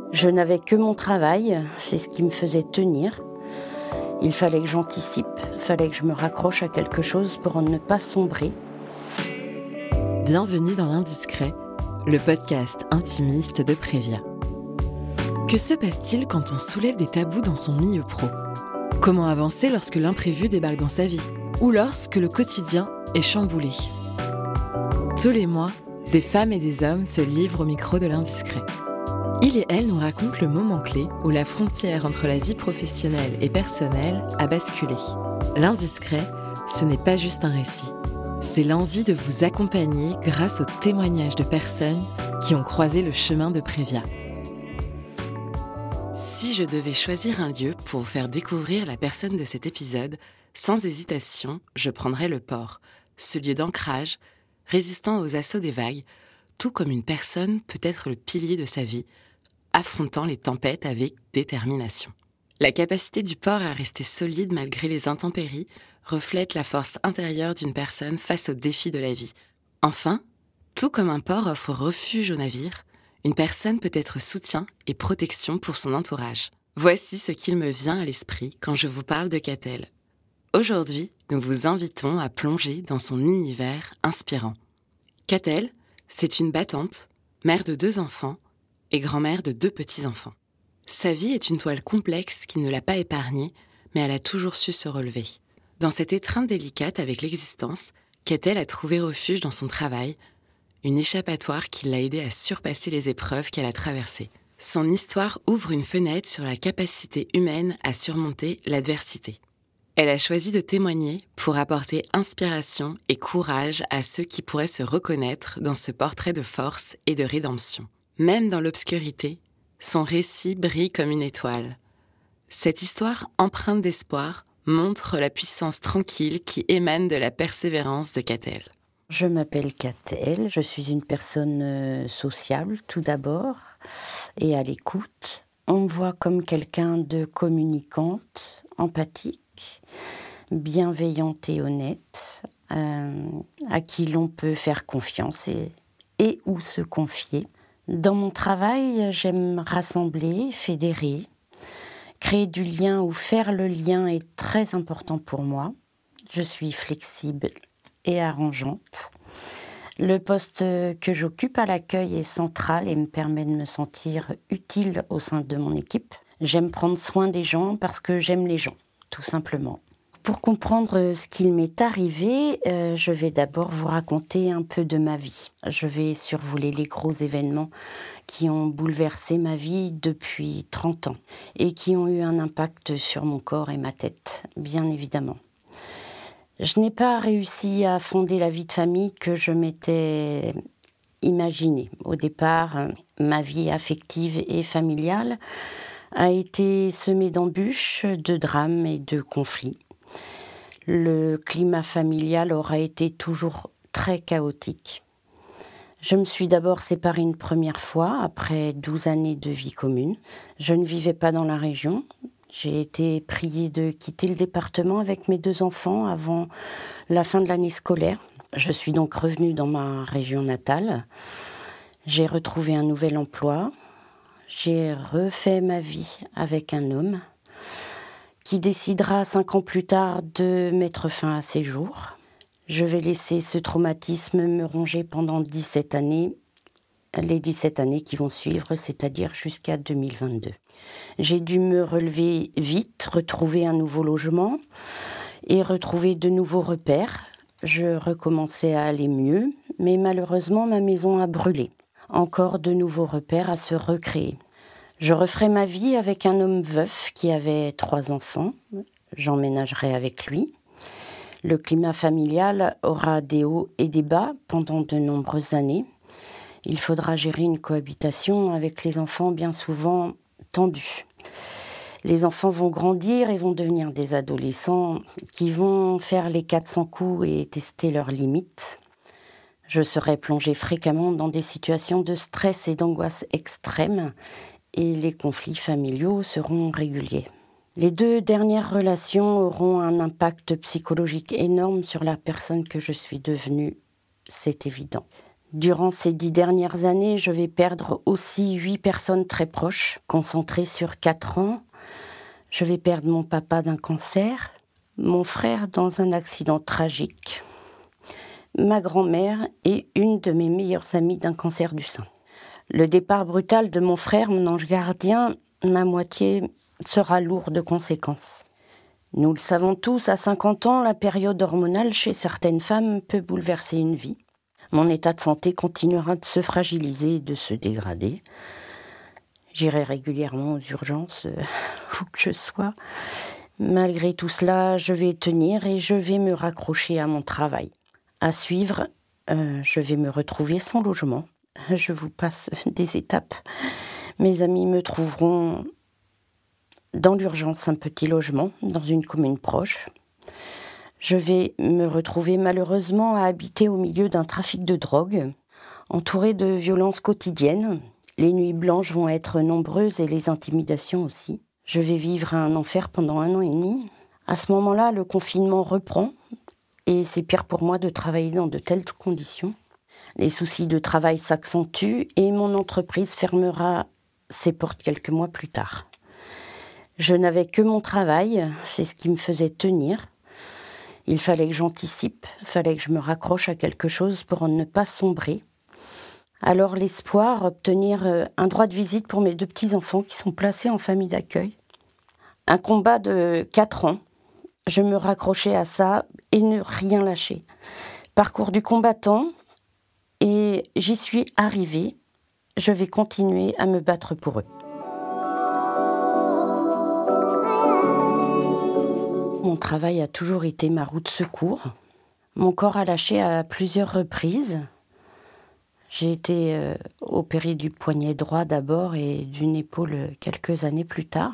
Je n'avais que mon travail, c'est ce qui me faisait tenir. Il fallait que j'anticipe, il fallait que je me raccroche à quelque chose pour ne pas sombrer. Bienvenue dans l'Indiscret, le podcast intimiste de Prévia. Que se passe-t-il quand on soulève des tabous dans son milieu pro ? Comment avancer lorsque l'imprévu débarque dans sa vie ? Ou lorsque le quotidien est chamboulé ? Tous les mois, des femmes et des hommes se livrent au micro de l'Indiscret. Ils et elles nous racontent le moment clé où la frontière entre la vie professionnelle et personnelle a basculé. L'Indiscret, ce n'est pas juste un récit. C'est l'envie de vous accompagner grâce aux témoignages de personnes qui ont croisé le chemin de Prévia. Si je devais choisir un lieu pour vous faire découvrir la personne de cet épisode, sans hésitation, je prendrais le port, ce lieu d'ancrage, résistant aux assauts des vagues, tout comme une personne peut être le pilier de sa vie, affrontant les tempêtes avec détermination. La capacité du port à rester solide malgré les intempéries reflète la force intérieure d'une personne face aux défis de la vie. Enfin, tout comme un port offre refuge au navire, une personne peut être soutien et protection pour son entourage. Voici ce qu'il me vient à l'esprit quand je vous parle de Catel. Aujourd'hui, nous vous invitons à plonger dans son univers inspirant. Catel, c'est une battante, mère de 2 enfants et grand-mère de 2 petits-enfants. Sa vie est une toile complexe qui ne l'a pas épargnée, mais elle a toujours su se relever. Dans cette étreinte délicate avec l'existence, Catel a trouvé refuge dans son travail, une échappatoire qui l'a aidée à surpasser les épreuves qu'elle a traversées. Son histoire ouvre une fenêtre sur la capacité humaine à surmonter l'adversité. Elle a choisi de témoigner pour apporter inspiration et courage à ceux qui pourraient se reconnaître dans ce portrait de force et de rédemption. Même dans l'obscurité, son récit brille comme une étoile. Cette histoire empreinte d'espoir montre la puissance tranquille qui émane de la persévérance de Catel. Je m'appelle Catel, je suis une personne sociable tout d'abord et à l'écoute. On me voit comme quelqu'un de communicante, empathique, bienveillante et honnête, à qui l'on peut faire confiance et ou se confier. Dans mon travail, j'aime rassembler, fédérer, créer du lien ou faire le lien est très important pour moi. Je suis flexible et arrangeante. Le poste que j'occupe à l'accueil est central et me permet de me sentir utile au sein de mon équipe. J'aime prendre soin des gens parce que j'aime les gens, tout simplement. Pour comprendre ce qu'il m'est arrivé, je vais d'abord vous raconter un peu de ma vie. Je vais survoler les gros événements qui ont bouleversé ma vie depuis 30 ans et qui ont eu un impact sur mon corps et ma tête, bien évidemment. Je n'ai pas réussi à fonder la vie de famille que je m'étais imaginée. Au départ, ma vie affective et familiale a été semée d'embûches, de drames et de conflits. Le climat familial aura été toujours très chaotique. Je me suis d'abord séparée une première fois, après 12 années de vie commune. Je ne vivais pas dans la région. J'ai été priée de quitter le département avec mes 2 enfants avant la fin de l'année scolaire. Je suis donc revenue dans ma région natale. J'ai retrouvé un nouvel emploi. J'ai refait ma vie avec un homme qui décidera 5 ans plus tard de mettre fin à ses jours. Je vais laisser ce traumatisme me ronger pendant 17 années, les 17 années qui vont suivre, c'est-à-dire jusqu'à 2022. J'ai dû me relever vite, retrouver un nouveau logement et retrouver de nouveaux repères. Je recommençais à aller mieux, mais malheureusement ma maison a brûlé. Encore de nouveaux repères à se recréer. Je referai ma vie avec un homme veuf qui avait 3 enfants. J'emménagerai avec lui. Le climat familial aura des hauts et des bas pendant de nombreuses années. Il faudra gérer une cohabitation avec les enfants bien souvent tendus. Les enfants vont grandir et vont devenir des adolescents qui vont faire les 400 coups et tester leurs limites. Je serai plongée fréquemment dans des situations de stress et d'angoisse extrêmes et les conflits familiaux seront réguliers. Les 2 dernières relations auront un impact psychologique énorme sur la personne que je suis devenue, c'est évident. Durant ces 10 dernières années, je vais perdre aussi 8 personnes très proches, concentrées sur 4 ans. Je vais perdre mon papa d'un cancer, mon frère dans un accident tragique, ma grand-mère et une de mes meilleures amies d'un cancer du sein. Le départ brutal de mon frère, mon ange gardien, ma moitié, sera lourd de conséquences. Nous le savons tous, à 50 ans, la période hormonale chez certaines femmes peut bouleverser une vie. Mon état de santé continuera de se fragiliser et de se dégrader. J'irai régulièrement aux urgences, où que je sois. Malgré tout cela, je vais tenir et je vais me raccrocher à mon travail. À suivre, je vais me retrouver sans logement. Je vous passe des étapes. Mes amis me trouveront dans l'urgence un petit logement dans une commune proche. Je vais me retrouver malheureusement à habiter au milieu d'un trafic de drogue, entourée de violences quotidiennes. Les nuits blanches vont être nombreuses et les intimidations aussi. Je vais vivre un enfer pendant 1 an et demi. À ce moment-là, le confinement reprend et c'est pire pour moi de travailler dans de telles conditions. Les soucis de travail s'accentuent et mon entreprise fermera ses portes quelques mois plus tard. Je n'avais que mon travail, c'est ce qui me faisait tenir. Il fallait que j'anticipe, il fallait que je me raccroche à quelque chose pour ne pas sombrer. Alors l'espoir, obtenir un droit de visite pour mes 2 petits-enfants qui sont placés en famille d'accueil. Un combat de 4 ans. Je me raccrochais à ça et ne rien lâcher. Parcours du combattant et j'y suis arrivée. Je vais continuer à me battre pour eux. Mon travail a toujours été ma roue de secours. Mon corps a lâché à plusieurs reprises. J'ai été opérée du poignet droit d'abord et d'une épaule quelques années plus tard.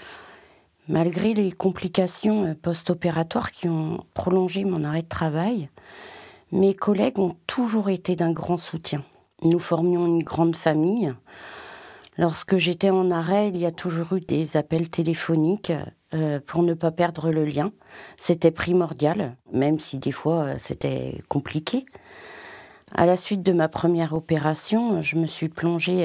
Malgré les complications post-opératoires qui ont prolongé mon arrêt de travail, mes collègues ont toujours été d'un grand soutien. Nous formions une grande famille. Lorsque j'étais en arrêt, il y a toujours eu des appels téléphoniques pour ne pas perdre le lien. C'était primordial, même si des fois c'était compliqué. À la suite de ma première opération, je me suis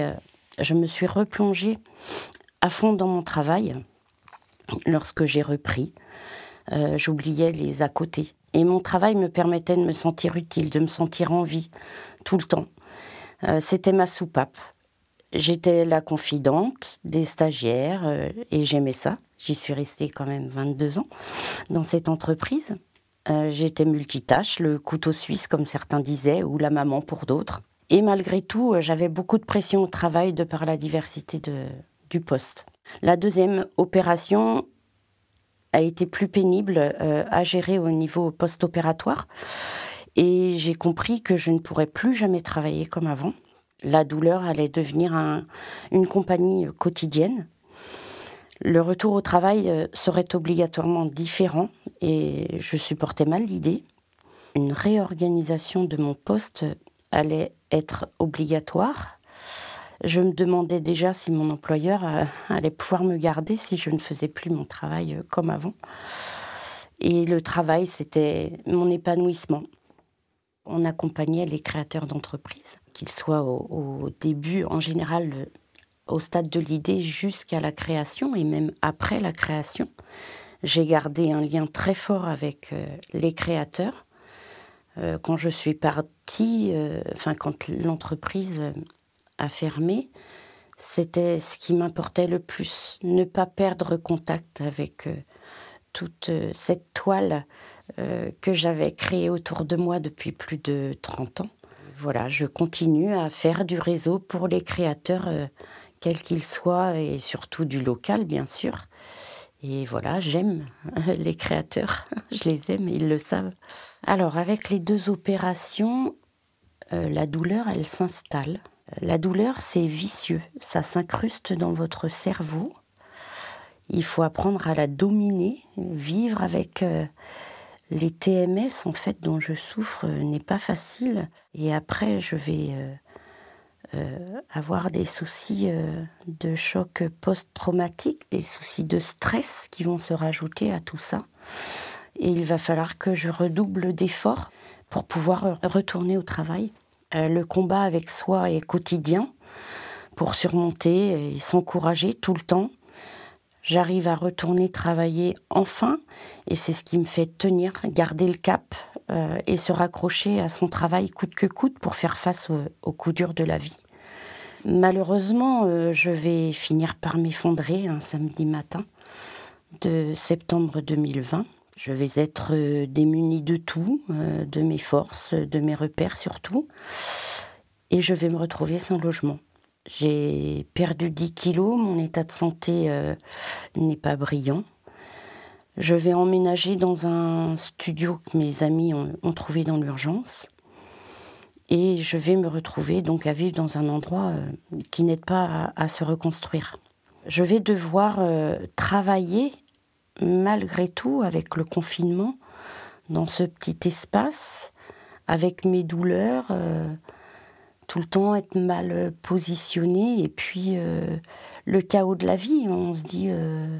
replongée à fond dans mon travail. Lorsque j'ai repris, j'oubliais les à côté. Et mon travail me permettait de me sentir utile, de me sentir en vie, tout le temps. C'était ma soupape. J'étais la confidente des stagiaires et j'aimais ça. J'y suis restée quand même 22 ans dans cette entreprise. J'étais multitâche, le couteau suisse comme certains disaient, ou la maman pour d'autres. Et malgré tout, j'avais beaucoup de pression au travail de par la diversité du poste. La deuxième opération a été plus pénible à gérer au niveau post-opératoire. Et j'ai compris que je ne pourrais plus jamais travailler comme avant. La douleur allait devenir une compagnie quotidienne. Le retour au travail serait obligatoirement différent et je supportais mal l'idée. Une réorganisation de mon poste allait être obligatoire. Je me demandais déjà si mon employeur allait pouvoir me garder si je ne faisais plus mon travail comme avant. Et le travail, c'était mon épanouissement. On accompagnait les créateurs d'entreprises, qu'ils soient au début, en général, au stade de l'idée jusqu'à la création et même après la création. J'ai gardé un lien très fort avec les créateurs. Quand je suis partie, quand l'entreprise a fermé, c'était ce qui m'importait le plus. Ne pas perdre contact avec toute cette toile que j'avais créée autour de moi depuis plus de 30 ans. Voilà, je continue à faire du réseau pour les créateurs, quels qu'ils soient, et surtout du local, bien sûr. Et voilà, j'aime les créateurs, je les aime, ils le savent. Alors, avec les 2 opérations, la douleur, elle s'installe. La douleur, c'est vicieux, ça s'incruste dans votre cerveau. Il faut apprendre à la dominer, vivre avec les TMS, en fait, dont je souffre, n'est pas facile. Et après, je vais avoir des soucis de choc post-traumatique, des soucis de stress qui vont se rajouter à tout ça. Et il va falloir que je redouble d'efforts pour pouvoir retourner au travail. Le combat avec soi est quotidien pour surmonter et s'encourager tout le temps. J'arrive à retourner travailler enfin et c'est ce qui me fait tenir, garder le cap et se raccrocher à son travail coûte que coûte pour faire face aux coups durs de la vie. Malheureusement, je vais finir par m'effondrer un samedi matin de septembre 2020. Je vais être démunie de tout, de mes forces, de mes repères surtout, et je vais me retrouver sans logement. J'ai perdu 10 kilos, mon état de santé n'est pas brillant. Je vais emménager dans un studio que mes amis ont trouvé dans l'urgence. Et je vais me retrouver donc à vivre dans un endroit qui n'aide pas à se reconstruire. Je vais devoir travailler malgré tout avec le confinement dans ce petit espace, avec mes douleurs, tout le temps être mal positionnée et puis le chaos de la vie. On se dit,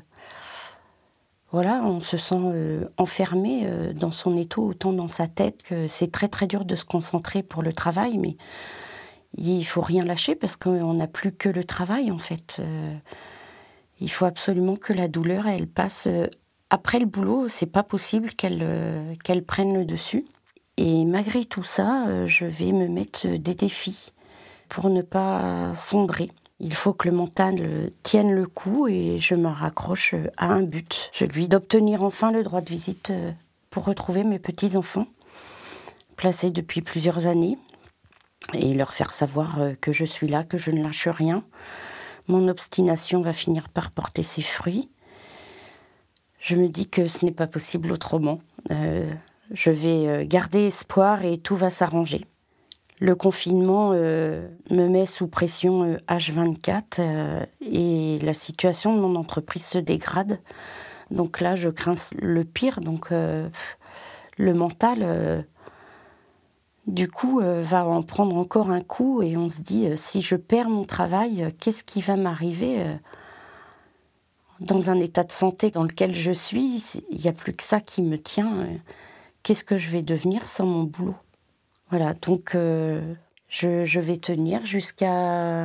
voilà, on se sent enfermé dans son étau, autant dans sa tête que c'est très très dur de se concentrer pour le travail, mais il faut rien lâcher parce qu'on n'a plus que le travail en fait. Il faut absolument que la douleur, elle passe après le boulot. C'est pas possible qu'elle prenne le dessus. Et malgré tout ça, je vais me mettre des défis pour ne pas sombrer. Il faut que le mental tienne le coup et je me raccroche à un but, celui d'obtenir enfin le droit de visite pour retrouver mes petits-enfants, placés depuis plusieurs années, et leur faire savoir que je suis là, que je ne lâche rien. Mon obstination va finir par porter ses fruits. Je me dis que ce n'est pas possible autrement. Je vais garder espoir et tout va s'arranger. Le confinement me met sous pression H24 et la situation de mon entreprise se dégrade. Donc là, je crains le pire. Donc le mental, du coup, va en prendre encore un coup et on se dit, si je perds mon travail, qu'est-ce qui va m'arriver dans un état de santé dans lequel je suis? Il n'y a plus que ça qui me tient. Qu'est-ce que je vais devenir sans mon boulot? Voilà, donc je vais tenir jusqu'à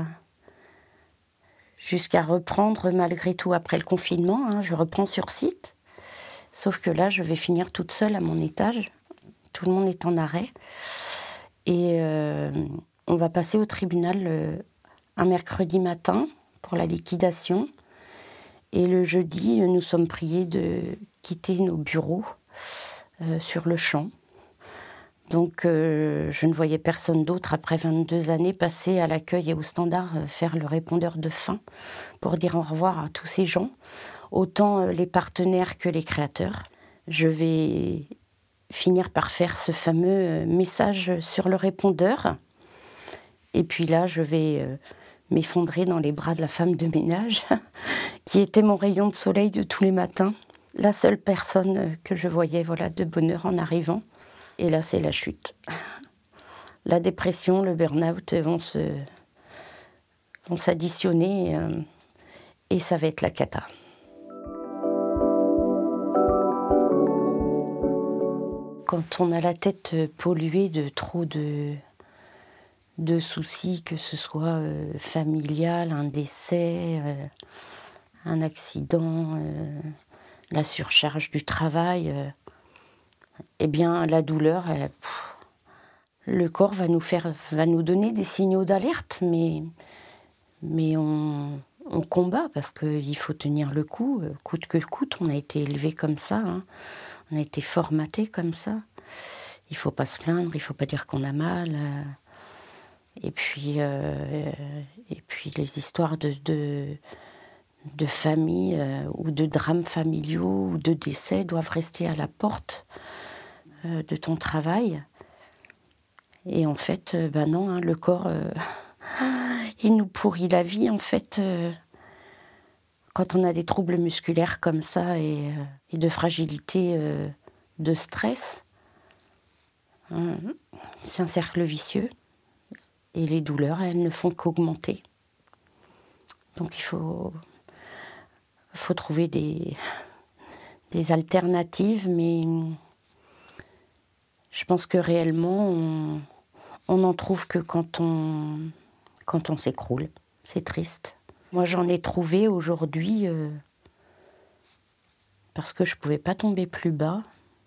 reprendre malgré tout après le confinement. Hein, je reprends sur site, sauf que là, je vais finir toute seule à mon étage. Tout le monde est en arrêt. Et on va passer au tribunal un mercredi matin pour la liquidation. Et le jeudi, nous sommes priés de quitter nos bureaux sur le champ. Donc, je ne voyais personne d'autre après 22 années passer à l'accueil et au standard faire le répondeur de fin pour dire au revoir à tous ces gens, autant les partenaires que les créateurs. Je vais finir par faire ce fameux message sur le répondeur. Et puis là, je vais m'effondrer dans les bras de la femme de ménage, qui était mon rayon de soleil de tous les matins. La seule personne que je voyais de bonheur en arrivant. Et là, c'est la chute. La dépression, le burn-out vont s'additionner et ça va être la cata. Quand on a la tête polluée de trop de soucis, que ce soit familial, un décès, un accident, la surcharge du travail, eh bien, la douleur, le corps va nous donner des signaux d'alerte, mais on combat parce qu'il faut tenir le coup, coûte que coûte. On a été élevé comme ça, hein. On a été formaté comme ça. Il ne faut pas se plaindre, il ne faut pas dire qu'on a mal. Et puis les histoires de famille ou de drames familiaux ou de décès doivent rester à la porte de ton travail. Et en fait, non, hein, le corps, il nous pourrit la vie, en fait. Quand on a des troubles musculaires comme ça et de fragilité, de stress, hein, c'est un cercle vicieux. Et les douleurs, elles ne font qu'augmenter. Donc il faut trouver des alternatives, mais je pense que réellement, On n'en trouve que quand on s'écroule. C'est triste. Moi, j'en ai trouvé aujourd'hui parce que je ne pouvais pas tomber plus bas.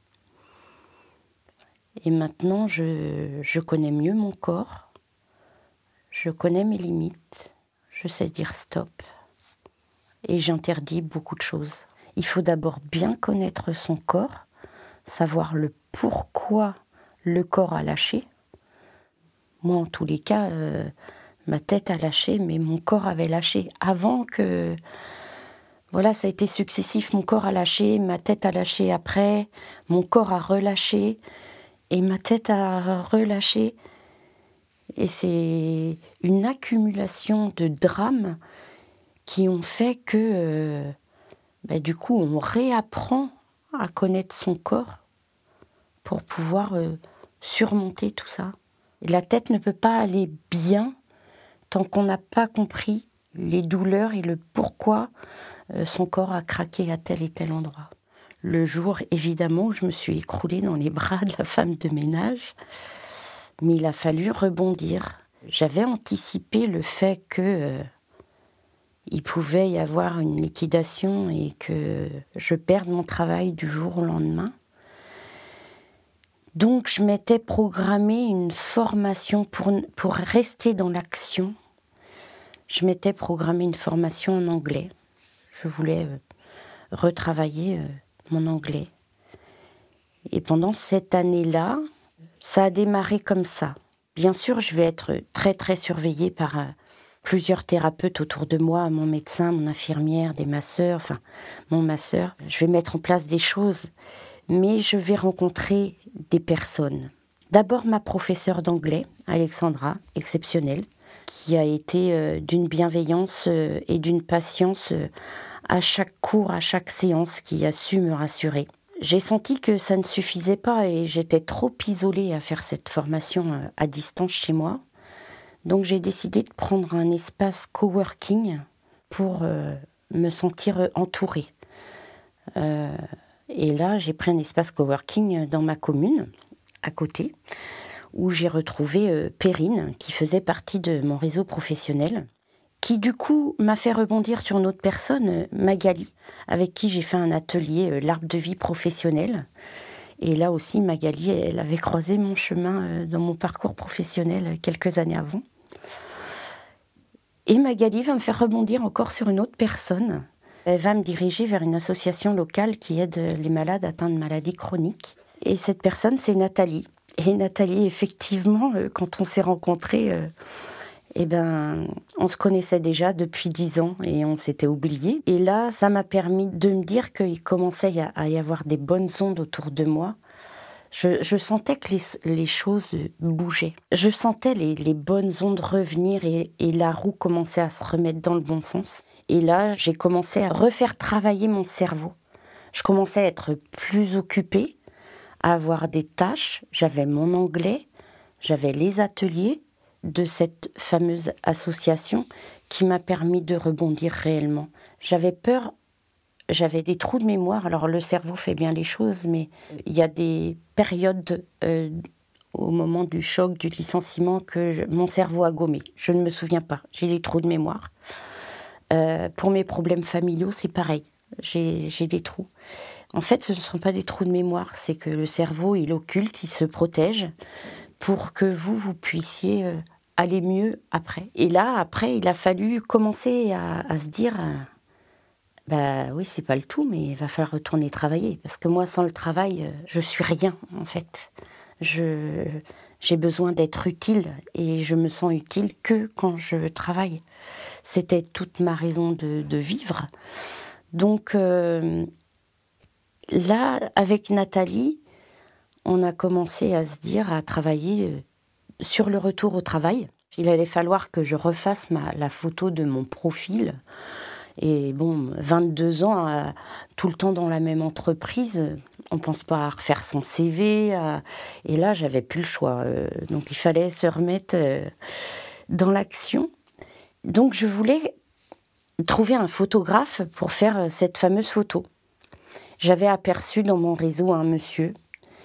Et maintenant, je connais mieux mon corps. Je connais mes limites. Je sais dire stop. Et j'interdis beaucoup de choses. Il faut d'abord bien connaître son corps, savoir le pourquoi le corps a lâché. Moi, en tous les cas, ma tête a lâché, mais mon corps avait lâché avant que... Voilà, ça a été successif. Mon corps a lâché, ma tête a lâché après, mon corps a relâché, et ma tête a relâché. Et c'est une accumulation de drames qui ont fait que, du coup, on réapprend à connaître son corps pour pouvoir surmonter tout ça. Et la tête ne peut pas aller bien tant qu'on n'a pas compris les douleurs et le pourquoi son corps a craqué à tel et tel endroit. Le jour, évidemment, où je me suis écroulée dans les bras de la femme de ménage, mais il a fallu rebondir. J'avais anticipé le fait que il pouvait y avoir une liquidation et que je perde mon travail du jour au lendemain. Donc, je m'étais programmé une formation pour rester dans l'action. Je m'étais programmé une formation en anglais. Je voulais retravailler mon anglais. Et pendant cette année-là, ça a démarré comme ça. Bien sûr, je vais être très, très surveillée par plusieurs thérapeutes autour de moi, mon médecin, mon infirmière, des masseurs, mon masseur. Je vais mettre en place des choses, mais je vais rencontrer des personnes. D'abord, ma professeure d'anglais, Alexandra, exceptionnelle, qui a été d'une bienveillance et d'une patience à chaque cours, à chaque séance, qui a su me rassurer. J'ai senti que ça ne suffisait pas et j'étais trop isolée à faire cette formation à distance chez moi. Donc j'ai décidé de prendre un espace coworking pour me sentir entourée. Et là, j'ai pris un espace coworking dans ma commune, à côté, où j'ai retrouvé Perrine, qui faisait partie de mon réseau professionnel, qui du coup m'a fait rebondir sur une autre personne, Magali, avec qui j'ai fait un atelier l'arbre de vie professionnel. Et là aussi, Magali, elle avait croisé mon chemin dans mon parcours professionnel quelques années avant. Et Magali va me faire rebondir encore sur une autre personne. Elle va me diriger vers une association locale qui aide les malades atteints de maladies chroniques. Et cette personne, c'est Nathalie. Et Nathalie, effectivement, quand on s'est rencontrés, on se connaissait déjà depuis 10 ans et on s'était oubliés. Et là, ça m'a permis de me dire qu'il commençait à y avoir des bonnes ondes autour de moi. Je sentais que les choses bougeaient. Je sentais les bonnes ondes revenir et la roue commençait à se remettre dans le bon sens. Et là, j'ai commencé à refaire travailler mon cerveau. Je commençais à être plus occupée, à avoir des tâches. J'avais mon anglais, j'avais les ateliers de cette fameuse association qui m'a permis de rebondir réellement. J'avais peur, j'avais des trous de mémoire. Alors le cerveau fait bien les choses, mais il y a des périodes au moment du choc, du licenciement, que mon cerveau a gommé. Je ne me souviens pas, j'ai des trous de mémoire. Pour mes problèmes familiaux, c'est pareil, j'ai des trous. En fait, ce ne sont pas des trous de mémoire, c'est que le cerveau, il occulte, il se protège pour que vous puissiez aller mieux après. Et là, après, il a fallu commencer à se dire, oui, c'est pas le tout, mais il va falloir retourner travailler. Parce que moi, sans le travail, je suis rien, en fait. J'ai besoin d'être utile et je me sens utile que quand je travaille. C'était toute ma raison de vivre. Donc là, avec Nathalie, on a commencé à se dire, à travailler sur le retour au travail. Il allait falloir que je refasse la photo de mon profil. Et 22 ans, tout le temps dans la même entreprise, on ne pense pas à refaire son CV. Et là, j'avais plus le choix. Donc, il fallait se remettre dans l'action. Donc, je voulais trouver un photographe pour faire cette fameuse photo. J'avais aperçu dans mon réseau un monsieur.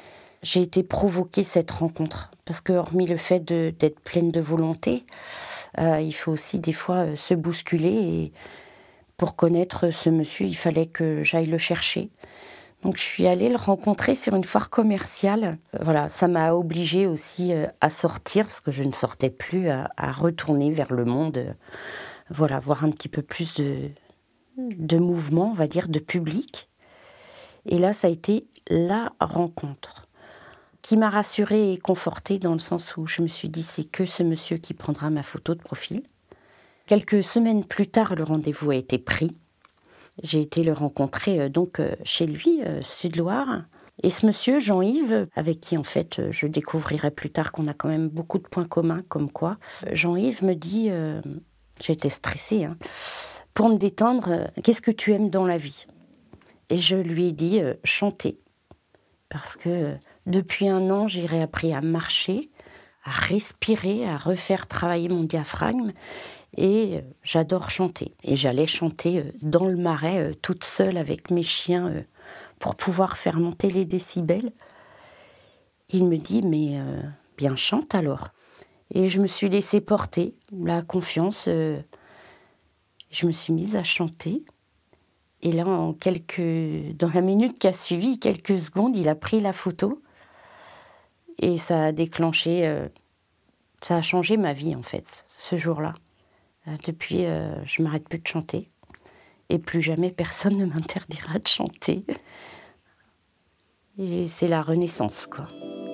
j'ai été provoquer cette rencontre. Parce que, hormis le fait d'être pleine de volonté, il faut aussi des fois se bousculer. Et pour connaître ce monsieur, il fallait que j'aille le chercher. Donc je suis allée le rencontrer sur une foire commerciale. Voilà, ça m'a obligée aussi à sortir, parce que je ne sortais plus, à retourner vers le monde. Voilà, voir un petit peu plus de mouvement, on va dire, de public. Et là, ça a été la rencontre qui m'a rassurée et confortée dans le sens où je me suis dit, c'est que ce monsieur qui prendra ma photo de profil. Quelques semaines plus tard, le rendez-vous a été pris. J'ai été le rencontrer chez lui, Sud-Loire. Et ce monsieur, Jean-Yves, avec qui en fait je découvrirai plus tard qu'on a quand même beaucoup de points communs, comme quoi, Jean-Yves me dit, j'étais stressée, pour me détendre, qu'est-ce que tu aimes dans la vie ? Et je lui ai dit, chanter. Parce que depuis 1 an, j'ai réappris à marcher, à respirer, à refaire travailler mon diaphragme. Et j'adore chanter. Et j'allais chanter dans le marais, toute seule avec mes chiens, pour pouvoir faire monter les décibels. Il me dit, mais bien chante alors. Et je me suis laissée porter, la confiance. Je me suis mise à chanter. Et là, dans la minute qui a suivi, quelques secondes, il a pris la photo. Et ça a déclenché, ça a changé ma vie en fait, ce jour-là. Depuis, je ne m'arrête plus de chanter. Et plus jamais personne ne m'interdira de chanter. Et c'est la renaissance, quoi.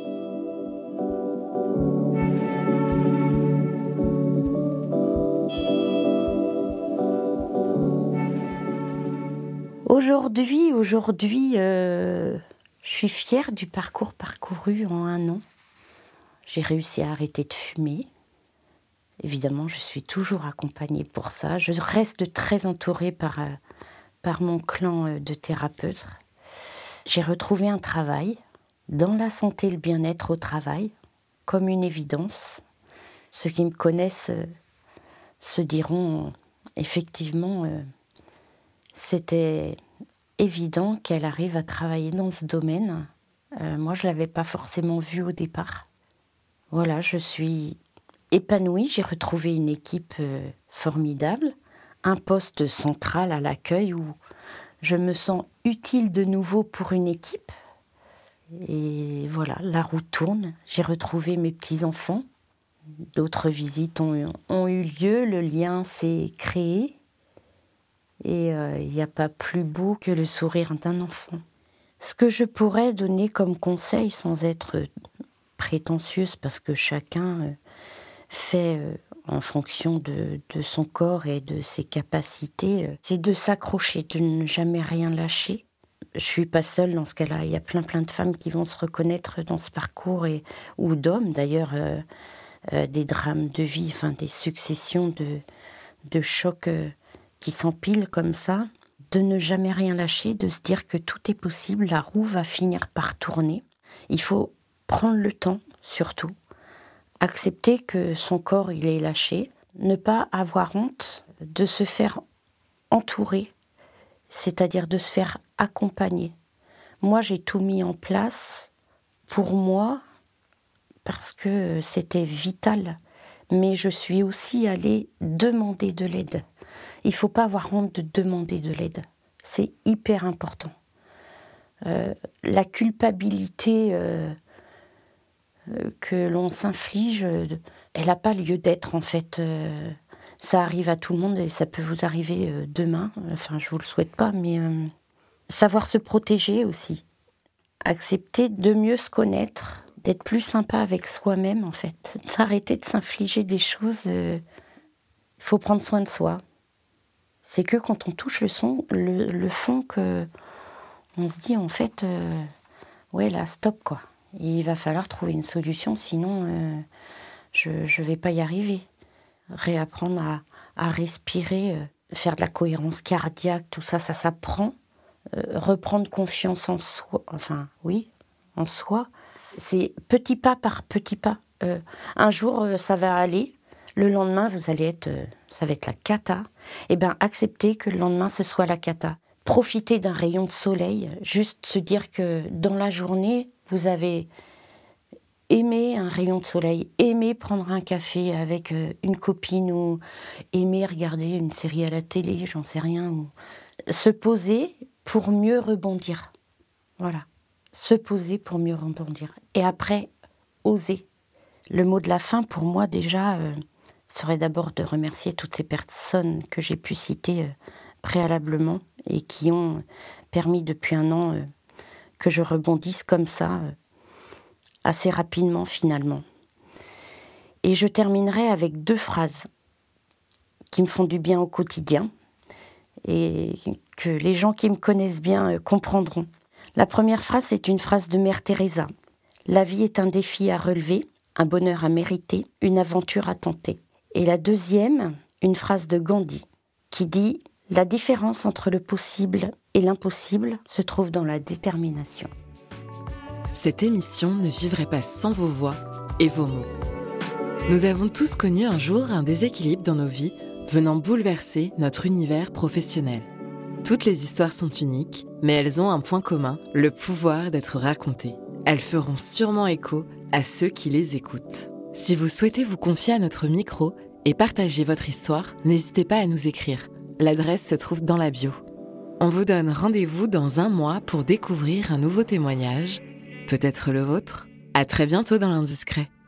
Aujourd'hui, je suis fière du parcours parcouru en 1 an. J'ai réussi à arrêter de fumer. Évidemment, je suis toujours accompagnée pour ça. Je reste très entourée par mon clan de thérapeutes. J'ai retrouvé un travail dans la santé et le bien-être au travail, comme une évidence. Ceux qui me connaissent se diront, effectivement, c'était évident qu'elle arrive à travailler dans ce domaine. Moi, je ne l'avais pas forcément vu au départ. Voilà, je suis épanouie, j'ai retrouvé une équipe formidable, un poste central à l'accueil où je me sens utile de nouveau pour une équipe. Et voilà, la roue tourne, j'ai retrouvé mes petits-enfants. D'autres visites ont eu lieu, le lien s'est créé. Et il n'y a pas plus beau que le sourire d'un enfant. Ce que je pourrais donner comme conseil, sans être prétentieuse, parce que chacun fait en fonction de son corps et de ses capacités, c'est de s'accrocher, de ne jamais rien lâcher. Je ne suis pas seule dans ce cas-là. Il y a plein de femmes qui vont se reconnaître dans ce parcours, ou d'hommes d'ailleurs, des drames de vie, enfin des successions de chocs qui s'empilent comme ça. De ne jamais rien lâcher, de se dire que tout est possible, la roue va finir par tourner. Il faut prendre le temps, surtout. Accepter que son corps, il est lâché. Ne pas avoir honte de se faire entourer, c'est-à-dire de se faire accompagner. Moi, j'ai tout mis en place pour moi parce que c'était vital. Mais je suis aussi allée demander de l'aide. Il ne faut pas avoir honte de demander de l'aide. C'est hyper important. La culpabilité que l'on s'inflige, elle n'a pas lieu d'être en fait. Ça arrive à tout le monde et ça peut vous arriver demain. Enfin, je ne vous le souhaite pas, mais savoir se protéger aussi. Accepter de mieux se connaître, d'être plus sympa avec soi-même en fait. D'arrêter de s'infliger des choses. Il faut prendre soin de soi. C'est que quand on touche le fond que on se dit en fait, ouais là stop quoi. Il va falloir trouver une solution, sinon je vais pas y arriver. Réapprendre à respirer, faire de la cohérence cardiaque, tout ça, ça s'apprend. Reprendre confiance en soi, enfin oui, en soi. C'est petit pas par petit pas. Un jour ça va aller. Le lendemain, ça va être la cata. Eh bien, acceptez que le lendemain, ce soit la cata. Profitez d'un rayon de soleil, juste se dire que dans la journée, vous avez aimé un rayon de soleil, aimé prendre un café avec une copine ou aimé regarder une série à la télé, j'en sais rien, ou se poser pour mieux rebondir. Voilà, se poser pour mieux rebondir. Et après, oser. Le mot de la fin, pour moi, déjà, serait d'abord de remercier toutes ces personnes que j'ai pu citer préalablement et qui ont permis depuis un an que je rebondisse comme ça, assez rapidement finalement. Et je terminerai avec 2 phrases qui me font du bien au quotidien et que les gens qui me connaissent bien comprendront. La première phrase, c'est une phrase de Mère Teresa. « La vie est un défi à relever, un bonheur à mériter, une aventure à tenter. » Et la deuxième, une phrase de Gandhi qui dit « La différence entre le possible et l'impossible se trouve dans la détermination. » Cette émission ne vivrait pas sans vos voix et vos mots. Nous avons tous connu un jour un déséquilibre dans nos vies venant bouleverser notre univers professionnel. Toutes les histoires sont uniques, mais elles ont un point commun, le pouvoir d'être racontées. Elles feront sûrement écho à ceux qui les écoutent. Si vous souhaitez vous confier à notre micro et partager votre histoire, n'hésitez pas à nous écrire. L'adresse se trouve dans la bio. On vous donne rendez-vous dans 1 mois pour découvrir un nouveau témoignage, peut-être le vôtre. À très bientôt dans l'Indiscret.